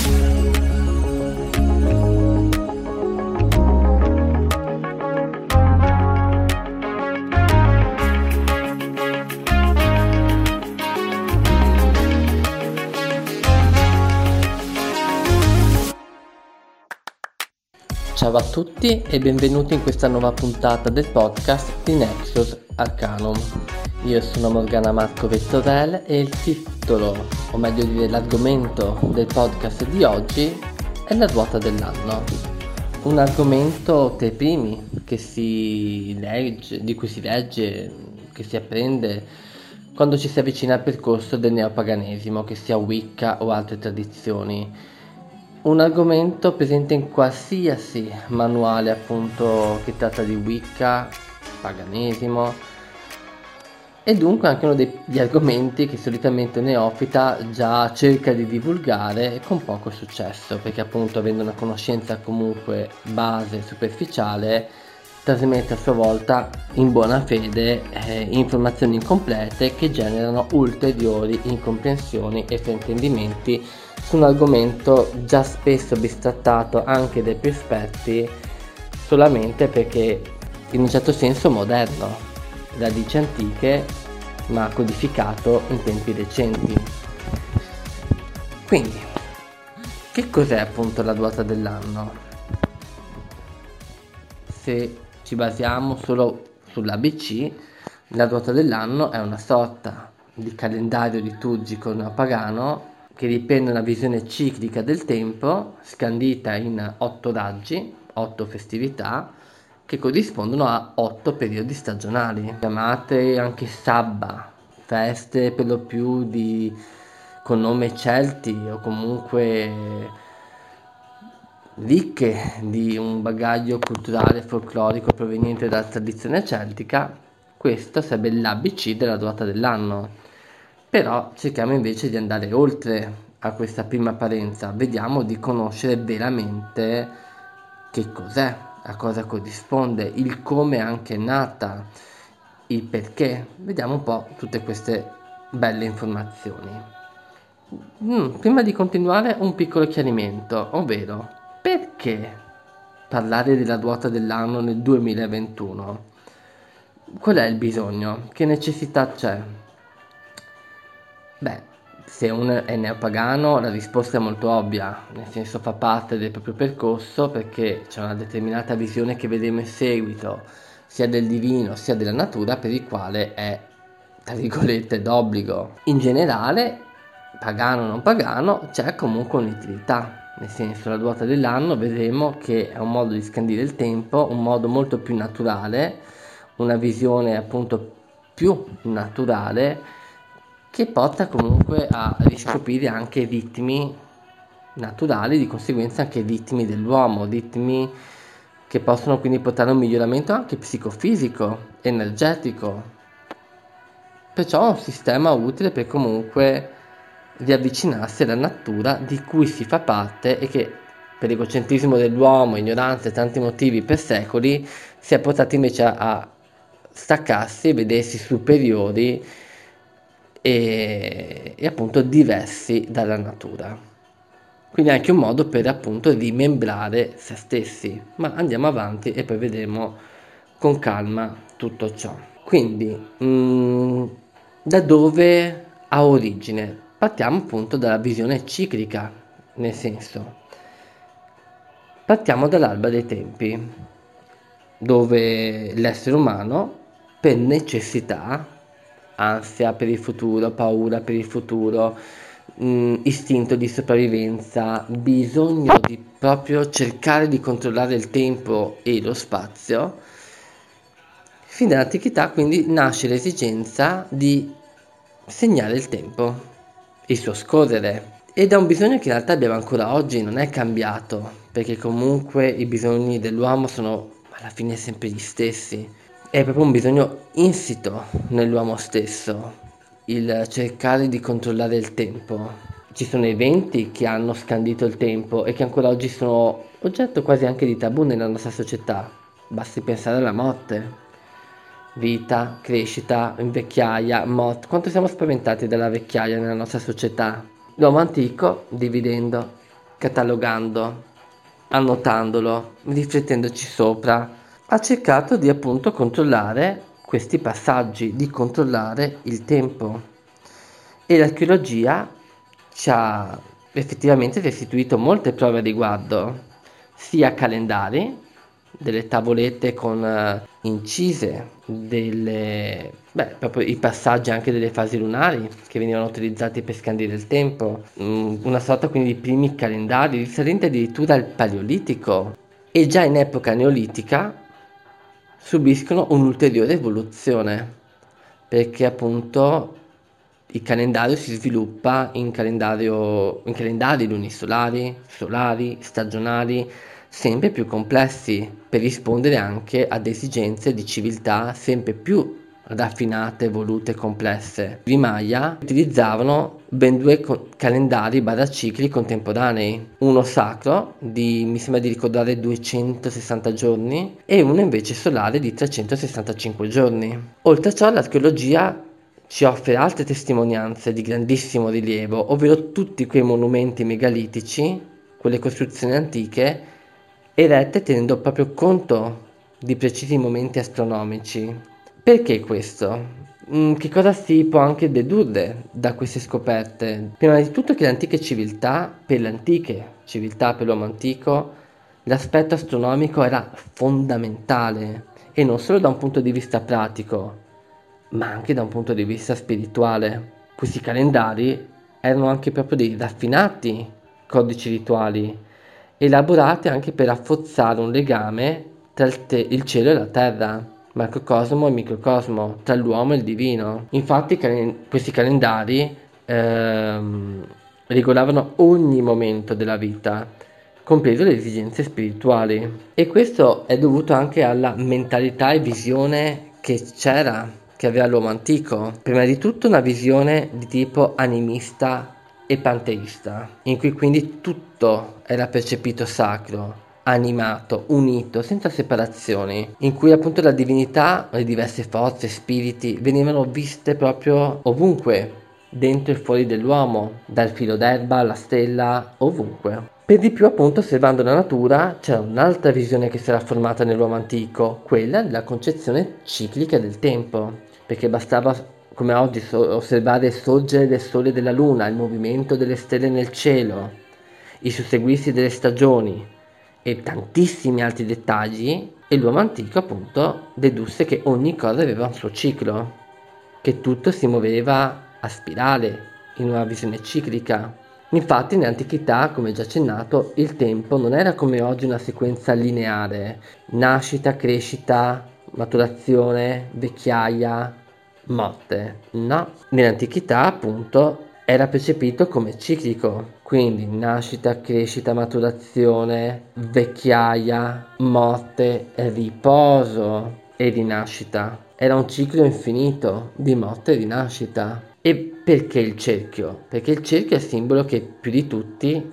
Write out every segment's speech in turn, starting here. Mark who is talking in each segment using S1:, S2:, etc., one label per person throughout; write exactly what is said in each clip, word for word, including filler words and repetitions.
S1: Ciao a tutti e benvenuti in questa nuova puntata del podcast di Nexus Arcanum. Io sono Morgana Marco Vettorel e il titolo, o meglio dire l'argomento del podcast di oggi è la ruota dell'anno. Un argomento tra i primi che si legge, di cui si legge, che si apprende quando ci si avvicina al percorso del neopaganesimo, che sia Wicca o altre tradizioni. Un argomento presente in qualsiasi manuale appunto che tratta di Wicca, paganesimo, e dunque anche uno degli argomenti che solitamente un neofita già cerca di divulgare con poco successo, perché appunto avendo una conoscenza comunque base superficiale trasmette a sua volta in buona fede eh, informazioni incomplete che generano ulteriori incomprensioni e fraintendimenti su un argomento già spesso bistrattato anche dai più esperti solamente perché in un certo senso moderno, radici antiche ma codificato in tempi recenti. Quindi, che cos'è appunto la ruota dell'anno? Se ci basiamo solo sull'A B C, la ruota dell'anno è una sorta di calendario liturgico neopagano che riprende una visione ciclica del tempo, scandita in otto raggi, otto festività, che corrispondono a otto periodi stagionali, chiamate anche sabba, feste per lo più di, con nome celti o comunque ricche di un bagaglio culturale e folclorico proveniente dalla tradizione celtica. Questo sarebbe l'A B C della ruota dell'anno. Però cerchiamo invece di andare oltre a questa prima apparenza, vediamo di conoscere veramente che cos'è, a cosa corrisponde, il come anche è nata, il perché. Vediamo un po' tutte queste belle informazioni. Mm, prima di continuare un piccolo chiarimento, ovvero perché parlare della ruota dell'anno nel duemilaventuno? Qual è il bisogno? Che necessità c'è? Beh, se uno è neopagano la risposta è molto ovvia, nel senso fa parte del proprio percorso perché c'è una determinata visione che vedremo in seguito, sia del divino sia della natura, per il quale è, tra virgolette, d'obbligo. In generale, pagano o non pagano, c'è comunque un'utilità, nel senso la ruota dell'anno vedremo che è un modo di scandire il tempo, un modo molto più naturale, una visione appunto più naturale, che porta comunque a riscoprire anche ritmi naturali, di conseguenza anche ritmi dell'uomo, ritmi che possono quindi portare a un miglioramento anche psicofisico, energetico. Perciò è un sistema utile per comunque riavvicinarsi alla natura di cui si fa parte e che per l'egocentrismo dell'uomo, ignoranza e tanti motivi per secoli si è portati invece a staccarsi e vedersi superiori E, e appunto diversi dalla natura. Quindi è anche un modo per appunto rimembrare se stessi, ma andiamo avanti e poi vedremo con calma tutto ciò. Quindi mh, da dove ha origine? Partiamo appunto dalla visione ciclica, nel senso partiamo dall'alba dei tempi, dove l'essere umano per necessità, ansia per il futuro, paura per il futuro, mh, istinto di sopravvivenza, bisogno di proprio cercare di controllare il tempo e lo spazio, fin dall'antichità quindi nasce l'esigenza di segnare il tempo, il suo scorrere. Ed è un bisogno che in realtà abbiamo ancora oggi, non è cambiato, perché comunque i bisogni dell'uomo sono alla fine sempre gli stessi. È proprio un bisogno insito nell'uomo stesso, il cercare di controllare il tempo. Ci sono eventi che hanno scandito il tempo e che ancora oggi sono oggetto quasi anche di tabù nella nostra società. Basti pensare alla morte. Vita, crescita, invecchiaia, morte. Quanto siamo spaventati dalla vecchiaia nella nostra società? L'uomo antico, dividendo catalogando, annotandolo, riflettendoci sopra, ha cercato di appunto controllare questi passaggi, di controllare il tempo. E l'archeologia ci ha effettivamente restituito molte prove a riguardo, sia calendari, delle tavolette con uh, incise, delle, beh, proprio i passaggi anche delle fasi lunari che venivano utilizzati per scandire il tempo, mm, una sorta quindi di primi calendari risalenti addirittura al Paleolitico, e già in epoca neolitica subiscono un'ulteriore evoluzione, perché appunto il calendario si sviluppa in calendario, in calendari lunisolari, solari, stagionali, sempre più complessi per rispondere anche ad esigenze di civiltà sempre più raffinate, evolute e complesse. I Maya utilizzavano ben due co- calendari barra cicli contemporanei, uno sacro di, mi sembra di ricordare, duecentosessanta giorni e uno invece solare di trecentosessantacinque giorni. Oltre a ciò, l'archeologia ci offre altre testimonianze di grandissimo rilievo, ovvero tutti quei monumenti megalitici, quelle costruzioni antiche, erette tenendo proprio conto di precisi momenti astronomici. Perché questo? Mm, che cosa si può anche dedurre da queste scoperte? Prima di tutto che le antiche civiltà, per le antiche civiltà, per l'uomo antico, l'aspetto astronomico era fondamentale, e non solo da un punto di vista pratico, ma anche da un punto di vista spirituale. Questi calendari erano anche proprio dei raffinati codici rituali, elaborati anche per rafforzare un legame tra il, te- il cielo e la terra, macrocosmo e microcosmo, tra l'uomo e il divino. Infatti calen- questi calendari ehm, regolavano ogni momento della vita, compreso le esigenze spirituali. E questo è dovuto anche alla mentalità e visione che c'era, che aveva l'uomo antico. Prima di tutto una visione di tipo animista e panteista, in cui quindi tutto era percepito sacro, animato, unito, senza separazioni, in cui appunto la divinità, le diverse forze, spiriti, venivano viste proprio ovunque, dentro e fuori dell'uomo, dal filo d'erba alla stella, ovunque. Per di più, appunto, osservando la natura, c'era un'altra visione che si era formata nell'uomo antico, quella della concezione ciclica del tempo, perché bastava, come oggi, so- osservare il sorgere del sole e della luna, il movimento delle stelle nel cielo, i susseguirsi delle stagioni e tantissimi altri dettagli, e l'uomo antico, appunto, dedusse che ogni cosa aveva un suo ciclo, che tutto si muoveva a spirale, in una visione ciclica. Infatti nell'antichità, come già accennato, il tempo non era come oggi una sequenza lineare, nascita, crescita, maturazione, vecchiaia, morte. No, nell'antichità appunto era percepito come ciclico, quindi nascita, crescita, maturazione, vecchiaia, morte, riposo e rinascita. Era un ciclo infinito di morte e rinascita. E perché il cerchio? Perché il cerchio è il simbolo che più di tutti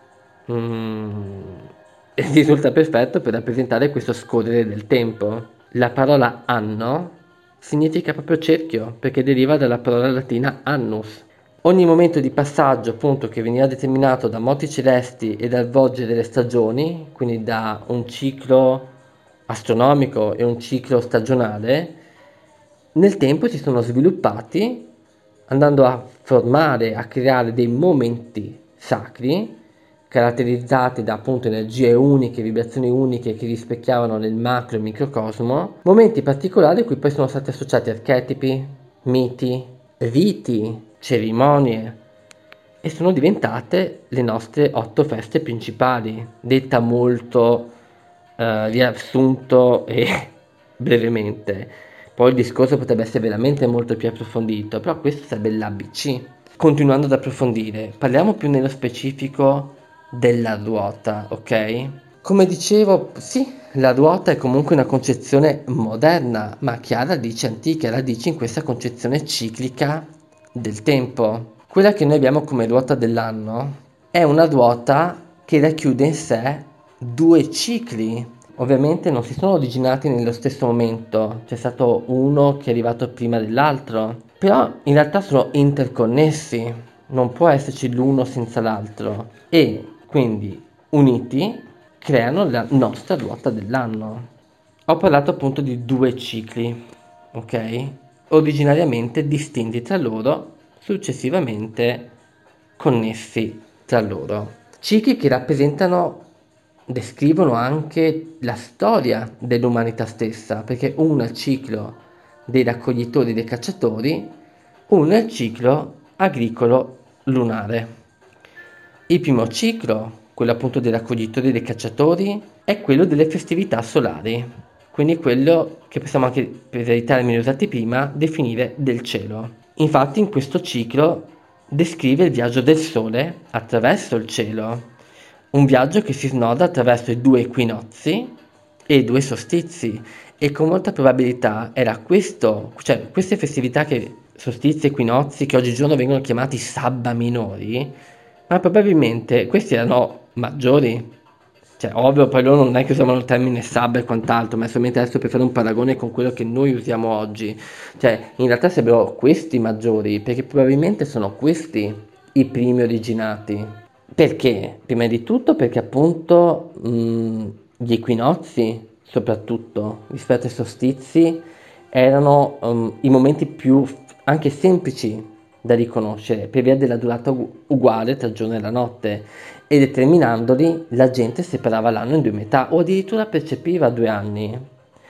S1: mm, risulta perfetto per rappresentare questo scorrere del tempo. La parola anno significa proprio cerchio, perché deriva dalla parola latina annus. Ogni momento di passaggio, appunto, che veniva determinato da moti celesti e dal volgere delle stagioni, quindi da un ciclo astronomico e un ciclo stagionale, nel tempo si sono sviluppati andando a formare, a creare dei momenti sacri caratterizzati da appunto energie uniche, vibrazioni uniche che rispecchiavano nel macro e microcosmo, momenti particolari a cui poi sono stati associati archetipi, miti, riti, cerimonie, e sono diventate le nostre otto feste principali, detta molto eh, riassunto e brevemente. Poi il discorso potrebbe essere veramente molto più approfondito, però questo sarebbe l'A B C. Continuando ad approfondire, parliamo più nello specifico della ruota, ok? Come dicevo, sì, la ruota è comunque una concezione moderna, ma che ha radici antiche, radici in questa concezione ciclica del tempo. Quella che noi abbiamo come ruota dell'anno è una ruota che racchiude in sé due cicli. Ovviamente non si sono originati nello stesso momento, c'è stato uno che è arrivato prima dell'altro, però in realtà sono interconnessi, non può esserci l'uno senza l'altro. E quindi uniti, creano la nostra ruota dell'anno. Ho parlato appunto di due cicli, ok? Originariamente distinti tra loro, successivamente connessi tra loro. Cicli che rappresentano, descrivono anche la storia dell'umanità stessa, perché uno è il ciclo dei raccoglitori e dei cacciatori, uno è il ciclo agricolo lunare. Il primo ciclo, quello appunto dei raccoglitori e dei cacciatori, è quello delle festività solari, quindi quello che possiamo anche, per i termini usati prima, definire del cielo. Infatti in questo ciclo descrive il viaggio del Sole attraverso il cielo, un viaggio che si snoda attraverso i due equinozi e i due solstizi, e con molta probabilità era questo, cioè queste festività che solstizi e equinozi che oggigiorno vengono chiamati sabba minori, ma probabilmente questi erano maggiori. Cioè, ovvio, poi loro non è che usavano il termine sabba e quant'altro, ma è solamente adesso per fare un paragone con quello che noi usiamo oggi. Cioè, in realtà sarebbero questi maggiori, perché probabilmente sono questi i primi originati. Perché? Prima di tutto perché appunto mh, gli equinozi, soprattutto rispetto ai solstizi, erano um, i momenti più f- anche semplici da riconoscere per via della durata ugu- uguale tra il giorno e la notte, e determinandoli la gente separava l'anno in due metà o addirittura percepiva due anni.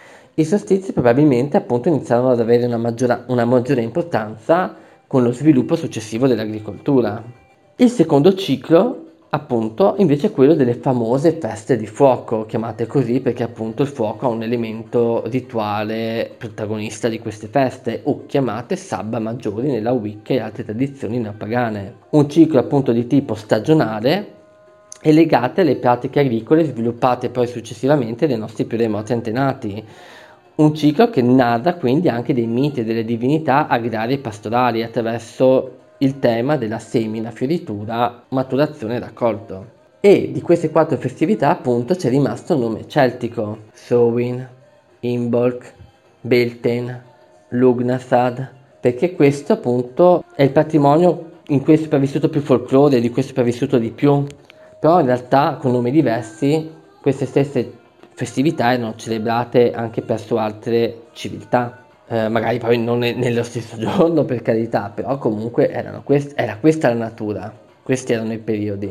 S1: I solstizi probabilmente appunto iniziarono ad avere una, maggiora- una maggiore importanza con lo sviluppo successivo dell'agricoltura. Il secondo ciclo, appunto, invece è quello delle famose feste di fuoco, chiamate così perché appunto il fuoco è un elemento rituale protagonista di queste feste, o chiamate sabba maggiori nella Wicca e altre tradizioni neopagane. Un ciclo appunto di tipo stagionale e legate alle pratiche agricole sviluppate poi successivamente dai nostri più remoti antenati. Un ciclo che narra quindi anche dei miti e delle divinità agrarie e pastorali attraverso il tema della semina, fioritura, maturazione e raccolto. E di queste quattro festività appunto c'è rimasto il nome celtico: Samhain, Imbolc, Beltane, Lugnasad, perché questo appunto è il patrimonio in cui è sopravvissuto più folklore, di cui è sopravvissuto di più, però in realtà con nomi diversi queste stesse festività erano celebrate anche presso altre civiltà. Eh, magari poi non ne- nello stesso giorno, per carità, però comunque erano quest- era questa la natura, questi erano i periodi.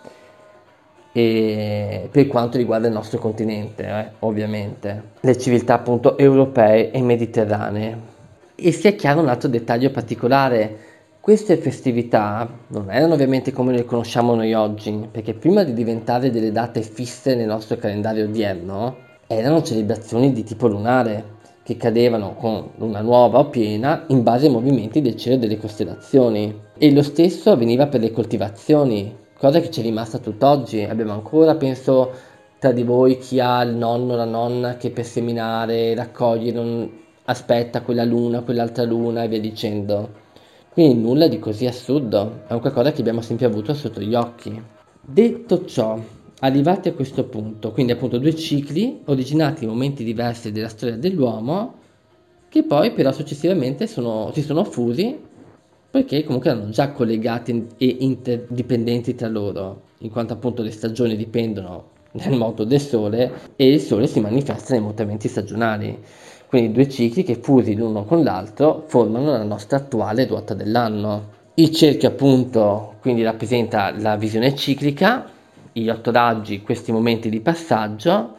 S1: E per quanto riguarda il nostro continente, eh, ovviamente, le civiltà appunto europee e mediterranee. E sia chiaro un altro dettaglio particolare: queste festività non erano ovviamente come le conosciamo noi oggi, perché prima di diventare delle date fisse nel nostro calendario odierno, erano celebrazioni di tipo lunare, che cadevano con luna nuova o piena in base ai movimenti del cielo e delle costellazioni. E lo stesso avveniva per le coltivazioni, cosa che ci è rimasta tutt'oggi. Abbiamo ancora, penso, tra di voi chi ha il nonno o la nonna che per seminare, raccogliere, non aspetta quella luna, quell'altra luna e via dicendo. Quindi nulla di così assurdo, è un qualcosa che abbiamo sempre avuto sotto gli occhi. Detto ciò, arrivati a questo punto, quindi appunto due cicli originati in momenti diversi della storia dell'uomo, che poi però successivamente sono, si sono fusi, perché comunque erano già collegati e interdipendenti tra loro, in quanto appunto le stagioni dipendono dal moto del sole e il sole si manifesta nei mutamenti stagionali. Quindi due cicli che fusi l'uno con l'altro formano la nostra attuale ruota dell'anno. Il cerchio appunto quindi rappresenta la visione ciclica, gli otto raggi, questi momenti di passaggio,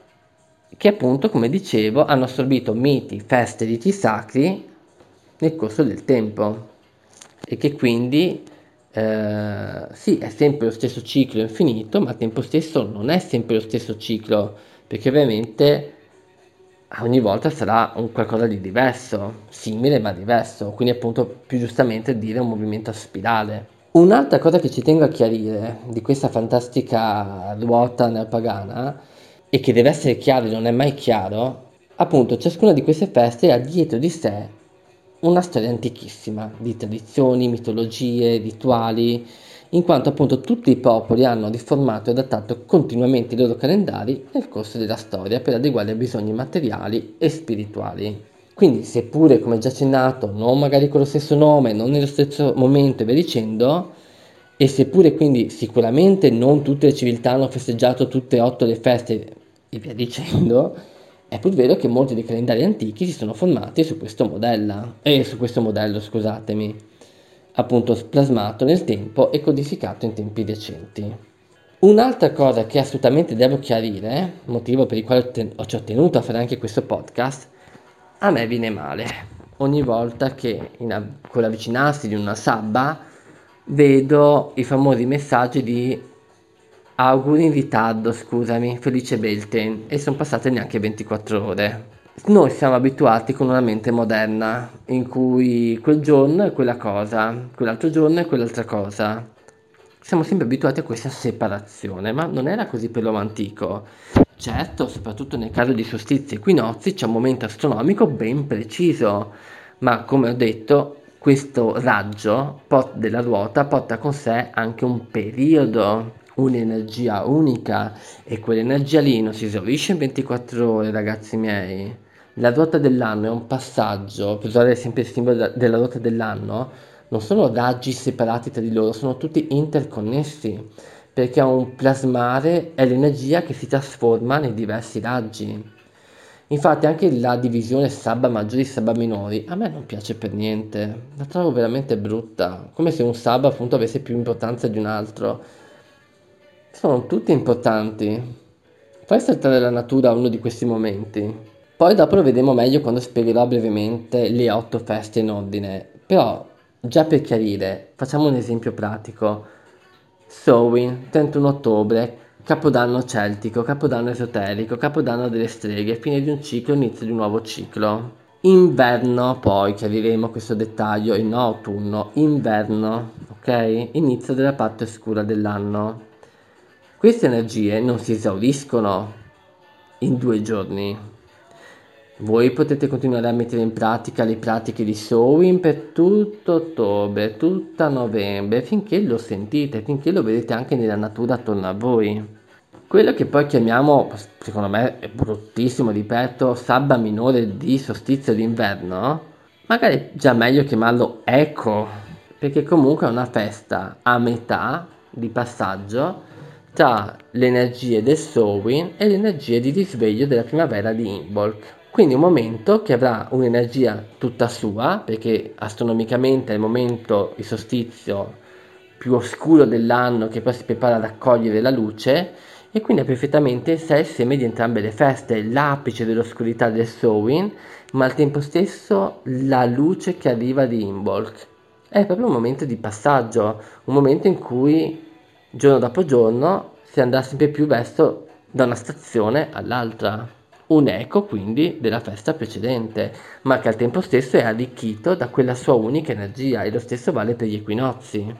S1: che appunto, come dicevo, hanno assorbito miti, feste, riti sacri nel corso del tempo, e che quindi eh, sì, è sempre lo stesso ciclo infinito, ma al tempo stesso non è sempre lo stesso ciclo, perché ovviamente ogni volta sarà un qualcosa di diverso, simile ma diverso, quindi appunto più giustamente dire un movimento a spirale. Un'altra cosa che ci tengo a chiarire di questa fantastica ruota neopagana, e che deve essere chiaro e non è mai chiaro, appunto ciascuna di queste feste ha dietro di sé una storia antichissima di tradizioni, mitologie, rituali, in quanto appunto tutti i popoli hanno riformato e adattato continuamente i loro calendari nel corso della storia per adeguarli ai bisogni materiali e spirituali. Quindi, seppure, come già accennato, non magari con lo stesso nome, non nello stesso momento e via dicendo, E seppure quindi sicuramente non tutte le civiltà hanno festeggiato tutte e otto le feste e via dicendo, è pur vero che molti dei calendari antichi si sono formati su questo modello, eh, su questo modello, scusatemi, appunto plasmato nel tempo e codificato in tempi recenti. Un'altra cosa che assolutamente devo chiarire, motivo per il quale ho ten- ho- ci ho tenuto a fare anche questo podcast, a me viene male ogni volta che in- con l'avvicinarsi di una sabba vedo i famosi messaggi di auguri in ritardo, scusami, felice Beltane, e sono passate neanche ventiquattro ore. Noi siamo abituati con una mente moderna, in cui quel giorno è quella cosa, quell'altro giorno è quell'altra cosa. Siamo sempre abituati a questa separazione, ma non era così per l'uomo antico. Certo, soprattutto nel caso di solstizi e equinozi c'è un momento astronomico ben preciso, ma come ho detto, questo raggio pot- della ruota porta con sé anche un periodo, un'energia unica, e quell'energia lì non si esaurisce in ventiquattro ore, ragazzi miei. La ruota dell'anno è un passaggio, per usare sempre il simbolo da- della ruota dell'anno, non sono raggi separati tra di loro, sono tutti interconnessi, perché un plasmare è l'energia che si trasforma nei diversi raggi. Infatti anche la divisione sabba maggiori e sabba minori a me non piace per niente, la trovo veramente brutta, come se un sabba appunto avesse più importanza di un altro. Sono tutti importanti. Fai saltare la natura a uno di questi momenti. Poi dopo lo vedremo meglio quando spiegherò brevemente le otto feste in ordine. Però, già per chiarire, facciamo un esempio pratico. Samhain, trentuno ottobre, Capodanno celtico, Capodanno esoterico, Capodanno delle streghe, fine di un ciclo, inizio di un nuovo ciclo. Inverno, poi chiariremo questo dettaglio, e no autunno, inverno, ok? Inizio della parte oscura dell'anno. Queste energie non si esauriscono in due giorni. Voi potete continuare a mettere in pratica le pratiche di Samhain per tutto ottobre, tutta novembre, finché lo sentite, finché lo vedete anche nella natura attorno a voi. Quello che poi chiamiamo, secondo me è bruttissimo, ripeto, sabba minore di solstizio d'inverno, magari è già meglio chiamarlo eco, perché comunque è una festa a metà di passaggio tra le energie del Samhain e le energie di risveglio della primavera di Imbolc. Quindi un momento che avrà un'energia tutta sua, perché astronomicamente è il momento di solstizio più oscuro dell'anno che poi si prepara ad accogliere la luce, e quindi è perfettamente in sé il seme di entrambe le feste, l'apice dell'oscurità del Samhain, ma al tempo stesso la luce che arriva di Imbolc. È proprio un momento di passaggio, un momento in cui giorno dopo giorno si andrà sempre più verso da una stazione all'altra. Un eco quindi della festa precedente, ma che al tempo stesso è arricchito da quella sua unica energia, e lo stesso vale per gli equinozi.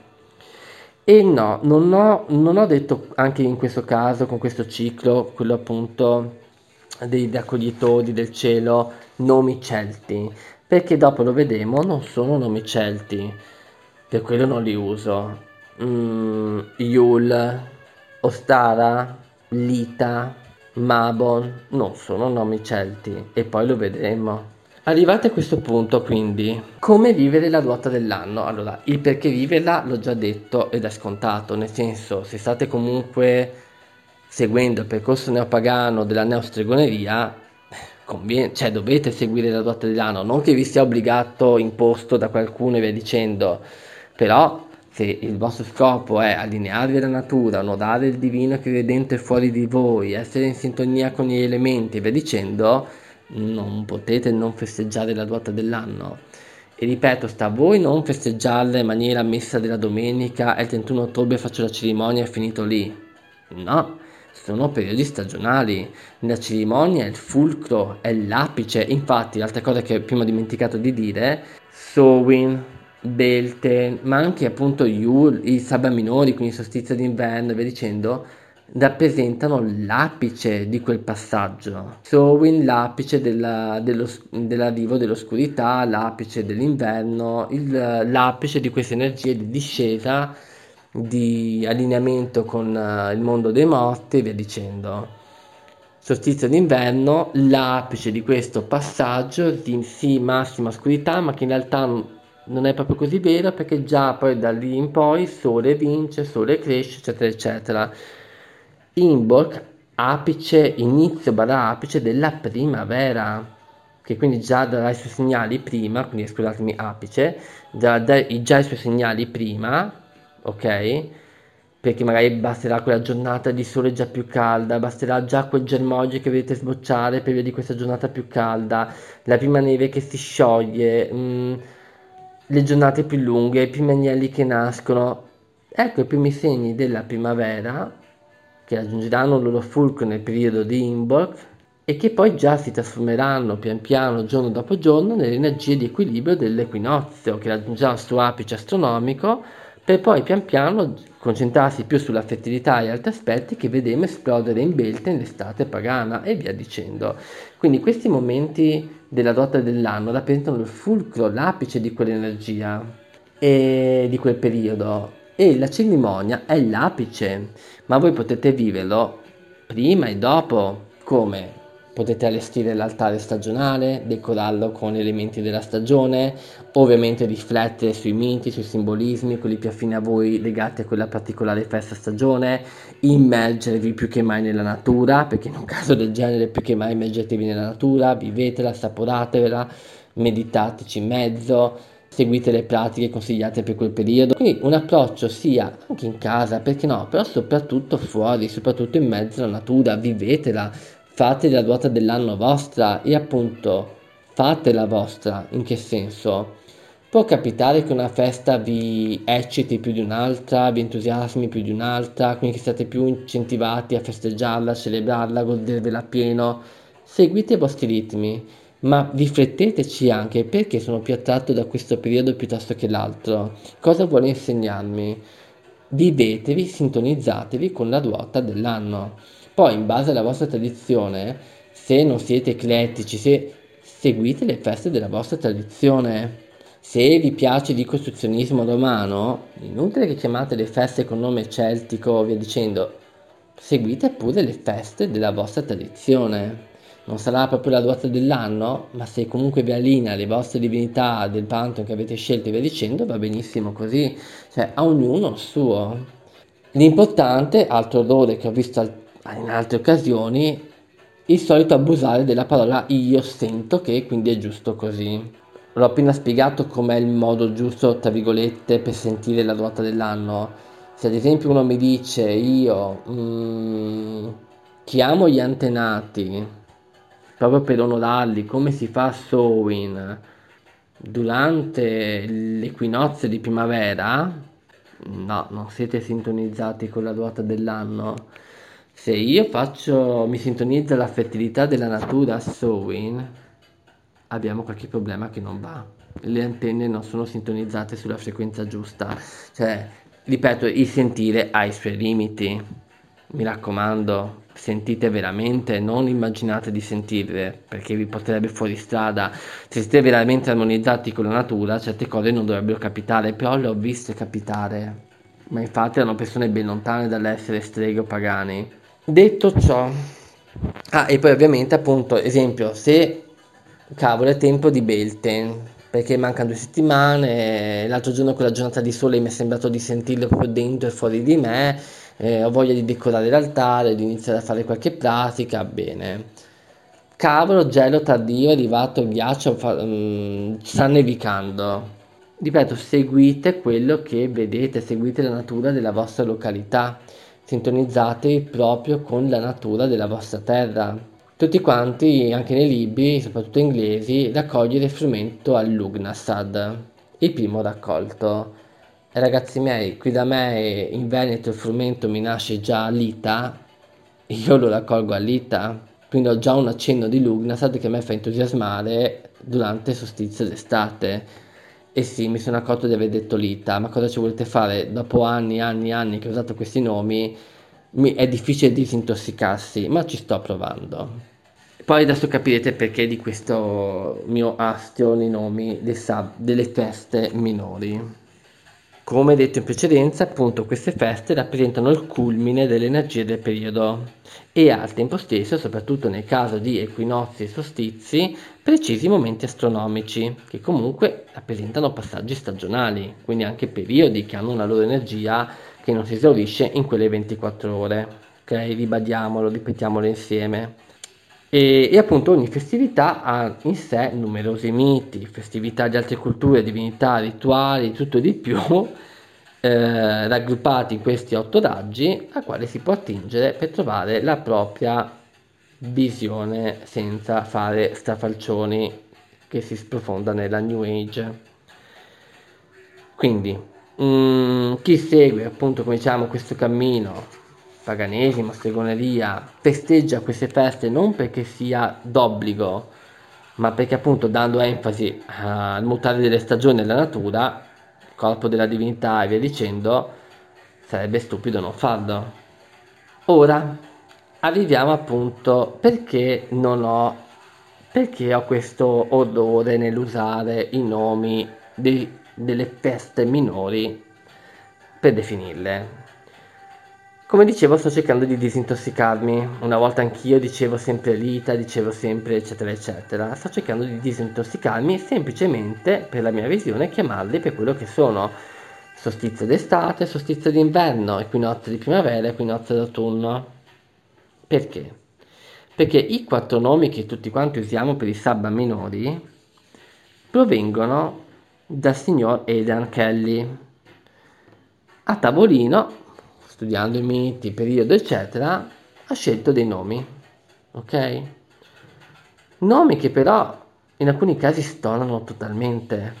S1: E no, non ho, non ho detto anche in questo caso, con questo ciclo, quello appunto dei raccoglitori del cielo, nomi celti, perché dopo lo vedremo, non sono nomi celti, per quello non li uso. Mm, Yule, Ostara, Lita, Mabon, non sono nomi celti, e poi lo vedremo. Arrivati a questo punto, quindi, come vivere la ruota dell'anno? Allora, il perché viverla l'ho già detto ed è scontato, nel senso, se state comunque seguendo il percorso neopagano della neostregoneria, conviene, cioè dovete seguire la ruota dell'anno, non che vi sia obbligato, imposto da qualcuno e via dicendo, però se il vostro scopo è allinearvi alla natura, onorare il divino che vive dentro e fuori di voi, essere in sintonia con gli elementi e via dicendo, non potete non festeggiare la ruota dell'anno. E ripeto, sta a voi non festeggiarla in maniera messa della domenica e il trentuno ottobre faccio la cerimonia e è finito lì. No, sono periodi stagionali. La cerimonia è il fulcro, è l'apice. Infatti, l'altra cosa che prima ho dimenticato di dire, Samhain, Beltane, ma anche appunto Yule, i sabba minori, quindi solstizio d'inverno e via dicendo, rappresentano l'apice di quel passaggio. Samhain, l'apice della, dello, dell'arrivo dell'oscurità, l'apice dell'inverno, il, l'apice di queste energie di discesa, di allineamento con uh, il mondo dei morti e via dicendo. Solstizio d'inverno, l'apice di questo passaggio di sì massima oscurità, ma che in realtà non è proprio così vero, perché già poi da lì in poi Sole vince, Sole cresce, eccetera, eccetera. Imbolc, apice, inizio barra apice della primavera, che quindi già darà i suoi segnali prima, quindi scusatemi, apice, già, dà già i suoi segnali prima, ok? Perché magari basterà quella giornata di sole già più calda, basterà già quel germoglio che vedete sbocciare per via di questa giornata più calda, la prima neve che si scioglie, mh, le giornate più lunghe, i primi agnelli che nascono. Ecco i primi segni della primavera che raggiungeranno il loro fulcro nel periodo di Imbolc e che poi già si trasformeranno pian piano, giorno dopo giorno, nelle energie di equilibrio dell'equinozio, che raggiungerà il suo apice astronomico, per poi pian piano concentrarsi più sulla fertilità e altri aspetti che vedremo esplodere in Belte nell'estate pagana e via dicendo. Quindi questi momenti della ruota dell'anno rappresentano il fulcro, l'apice di quell'energia e di quel periodo, e la cerimonia è l'apice, ma voi potete viverlo prima e dopo. Come? Potete allestire l'altare stagionale, decorarlo con elementi della stagione, ovviamente riflettere sui miti, sui simbolismi, quelli più affini a voi legati a quella particolare festa stagione, immergervi più che mai nella natura, perché in un caso del genere più che mai immergetevi nella natura, vivetela, assaporatevela, meditateci in mezzo, seguite le pratiche consigliate per quel periodo. Quindi un approccio sia anche in casa, perché no, però soprattutto fuori, soprattutto in mezzo alla natura, vivetela, fate la ruota dell'anno vostra e appunto fate la vostra. In che senso? Può capitare che una festa vi ecciti più di un'altra, vi entusiasmi più di un'altra, quindi che siate più incentivati a festeggiarla, a celebrarla, a godervela a pieno. Seguite i vostri ritmi, ma rifletteteci anche perché sono più attratto da questo periodo piuttosto che l'altro. Cosa vuole insegnarmi? Vivetevi, sintonizzatevi con la ruota dell'anno. Poi, in base alla vostra tradizione, se non siete eclettici, se seguite le feste della vostra tradizione. Se vi piace di costruzionismo romano, inutile che chiamate le feste con nome celtico, via dicendo, seguite pure le feste della vostra tradizione. Non sarà proprio la ruota dell'anno, ma se comunque vi allinea le vostre divinità del pantheon che avete scelto e via dicendo, va benissimo così. Cioè, a ognuno il suo. L'importante, altro errore che ho visto al- in altre occasioni, il solito abusare della parola io sento che, quindi è giusto così. L'ho appena spiegato com'è il modo giusto, tra virgolette, per sentire la ruota dell'anno. Se ad esempio uno mi dice io mm, chiamo gli antenati proprio per onorarli, come si fa a Samhain durante l'equinozio di primavera, no, non siete sintonizzati con la ruota dell'anno. Se io faccio, mi sintonizza la fertilità della natura a Samhain, abbiamo qualche problema che non va. Le antenne non sono sintonizzate sulla frequenza giusta. Cioè, ripeto, il sentire ha i suoi limiti. Mi raccomando, sentite veramente, non immaginate di sentire, perché vi porterebbe fuori strada. Se siete veramente armonizzati con la natura, certe cose non dovrebbero capitare, però le ho viste capitare. Ma infatti erano persone ben lontane dall'essere streghe o pagani. Detto ciò, ah, e poi ovviamente appunto, esempio, se cavolo è tempo di Belten, perché mancano due settimane, l'altro giorno con la giornata di sole mi è sembrato di sentirlo proprio dentro e fuori di me, eh, ho voglia di decorare l'altare, di iniziare a fare qualche pratica, bene. Cavolo, gelo tardio, è arrivato il ghiaccio, fa- mm, sta nevicando. Ripeto, seguite quello che vedete, seguite la natura della vostra località, sintonizzatevi proprio con la natura della vostra terra. Tutti quanti, anche nei libri, soprattutto inglesi, raccogliere il frumento all'Ugnasad, il primo raccolto. E ragazzi miei, qui da me in Veneto il frumento mi nasce già a Lita, io lo raccolgo a Lita, quindi ho già un accenno di Lugnasad che a me fa entusiasmare durante il solstizio d'estate. E sì, mi sono accorto di aver detto Lita, ma cosa ci volete fare? Dopo anni, anni, anni che ho usato questi nomi, mi- è difficile disintossicarsi, ma ci sto provando. Poi adesso capirete perché di questo mio astio nei nomi dei sab- delle feste minori. Come detto in precedenza, appunto queste feste rappresentano il culmine delle energie del periodo e al tempo stesso, soprattutto nel caso di equinozi e solstizi, precisi momenti astronomici che comunque rappresentano passaggi stagionali, quindi anche periodi che hanno una loro energia che non si esaurisce in quelle ventiquattro ore. Ok, ribadiamolo, ripetiamolo insieme. E, e appunto ogni festività ha in sé numerosi miti, festività di altre culture, divinità, rituali, tutto di più, eh, raggruppati in questi otto raggi a quali si può attingere per trovare la propria visione senza fare strafalcioni che si sprofonda nella New Age. Quindi mm, chi segue appunto, come diciamo, questo cammino paganesimo, stregoneria, festeggia queste feste non perché sia d'obbligo, ma perché appunto dando enfasi al mutare delle stagioni e della natura, il corpo della divinità e via dicendo, sarebbe stupido non farlo. Ora arriviamo appunto perché non ho perché ho questo odore nell'usare i nomi dei, delle feste minori per definirle. Come dicevo, sto cercando di disintossicarmi. Una volta anch'io dicevo sempre Lita, dicevo sempre eccetera eccetera. Sto cercando di disintossicarmi semplicemente per la mia visione chiamarli per quello che sono: solstizio d'estate, solstizio d'inverno, equinozio di primavera, equinozio d'autunno. Perché? Perché i quattro nomi che tutti quanti usiamo per i sabba minori provengono dal signor Aidan Kelly. A tavolino, studiando i miti, periodo eccetera, ha scelto dei nomi, ok? Nomi che però in alcuni casi stonano totalmente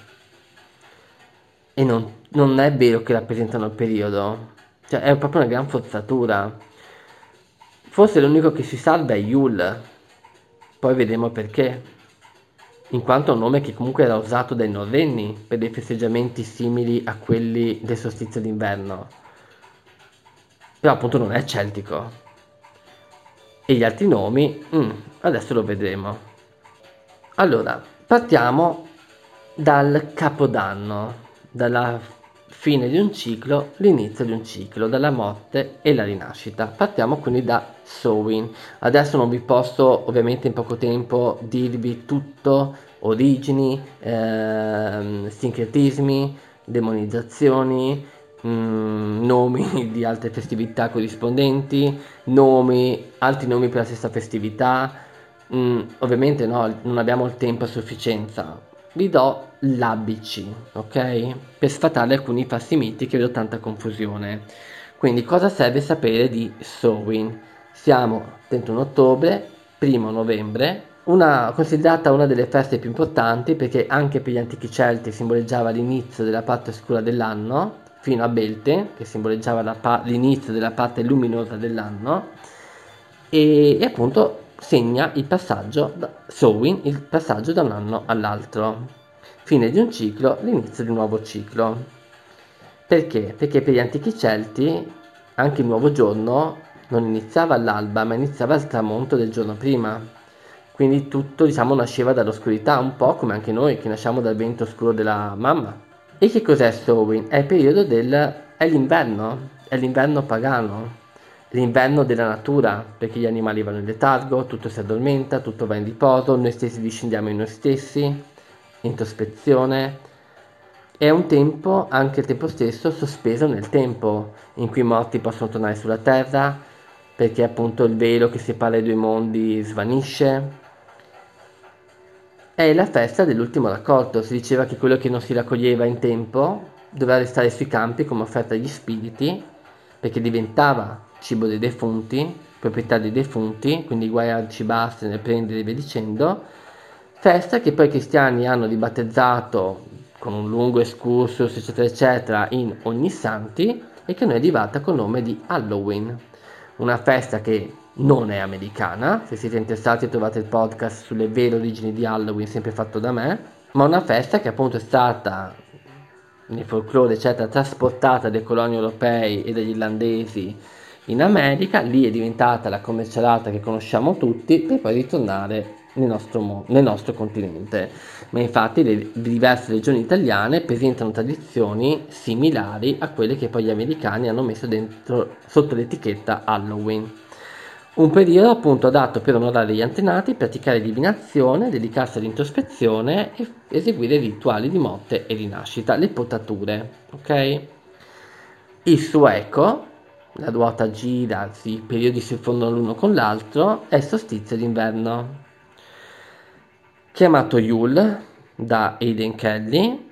S1: e non, non è vero che rappresentano il periodo, cioè è proprio una gran forzatura. Forse l'unico che si salva è Yule, poi vedremo perché, in quanto è un nome che comunque era usato dai norrenni per dei festeggiamenti simili a quelli del solstizio d'inverno, però appunto non è celtico. E gli altri nomi, mm, adesso lo vedremo. Allora, partiamo dal capodanno, dalla fine di un ciclo, l'inizio di un ciclo, dalla morte e la rinascita. Partiamo quindi da Samhain. Adesso non vi posso ovviamente in poco tempo dirvi tutto, origini, ehm, sincretismi, demonizzazioni, mm, nomi di altre festività corrispondenti, nomi, altri nomi per la stessa festività. Mm, ovviamente no, non abbiamo il tempo a sufficienza. Vi do l'A B C, ok? Per sfatare alcuni falsi miti che vedo tanta confusione. Quindi cosa serve sapere di Samhain? Siamo trentuno ottobre, primo novembre, una, considerata una delle feste più importanti perché anche per gli antichi Celti simboleggiava l'inizio della parte oscura dell'anno, fino a Belte, che simboleggiava la pa- l'inizio della parte luminosa dell'anno, e, e appunto segna il passaggio da, Samhain, il passaggio da un anno all'altro, fine di un ciclo, l'inizio di un nuovo ciclo. Perché? Perché per gli antichi Celti anche il nuovo giorno non iniziava all'alba, ma iniziava al tramonto del giorno prima. Quindi tutto, diciamo, nasceva dall'oscurità, un po' come anche noi che nasciamo dal vento oscuro della mamma. E che cos'è Samhain? È il periodo del... è l'inverno, è l'inverno pagano, l'inverno della natura, perché gli animali vanno in letargo, tutto si addormenta, tutto va in riposo, noi stessi discendiamo in noi stessi, introspezione. È un tempo, anche il tempo stesso, sospeso nel tempo, in cui i morti possono tornare sulla terra, perché appunto il velo che separa i due mondi svanisce. È la festa dell'ultimo raccolto, si diceva che quello che non si raccoglieva in tempo doveva restare sui campi come offerta agli spiriti, perché diventava cibo dei defunti, proprietà dei defunti, quindi guai a cibarsene, prendere e via dicendo. Festa che poi i cristiani hanno ribattezzato con un lungo excursus eccetera eccetera in Ognissanti e che noi è arrivata col nome di Halloween, una festa che non è americana. Se siete interessati trovate il podcast sulle vere origini di Halloween sempre fatto da me, ma una festa che appunto è stata nel folklore eccetera trasportata dai coloni europei e dagli irlandesi in America, lì è diventata la commercialata che conosciamo tutti per poi ritornare nel nostro, mo- nel nostro continente, ma infatti le diverse regioni italiane presentano tradizioni similari a quelle che poi gli americani hanno messo dentro sotto l'etichetta Halloween. Un periodo appunto adatto per onorare gli antenati, praticare divinazione, dedicarsi all'introspezione e eseguire rituali di morte e rinascita, le potature, ok? Il suo eco, la ruota gira, sì, i periodi si fondono l'uno con l'altro, è il solstizio d'inverno. Chiamato Yule da Aidan Kelly,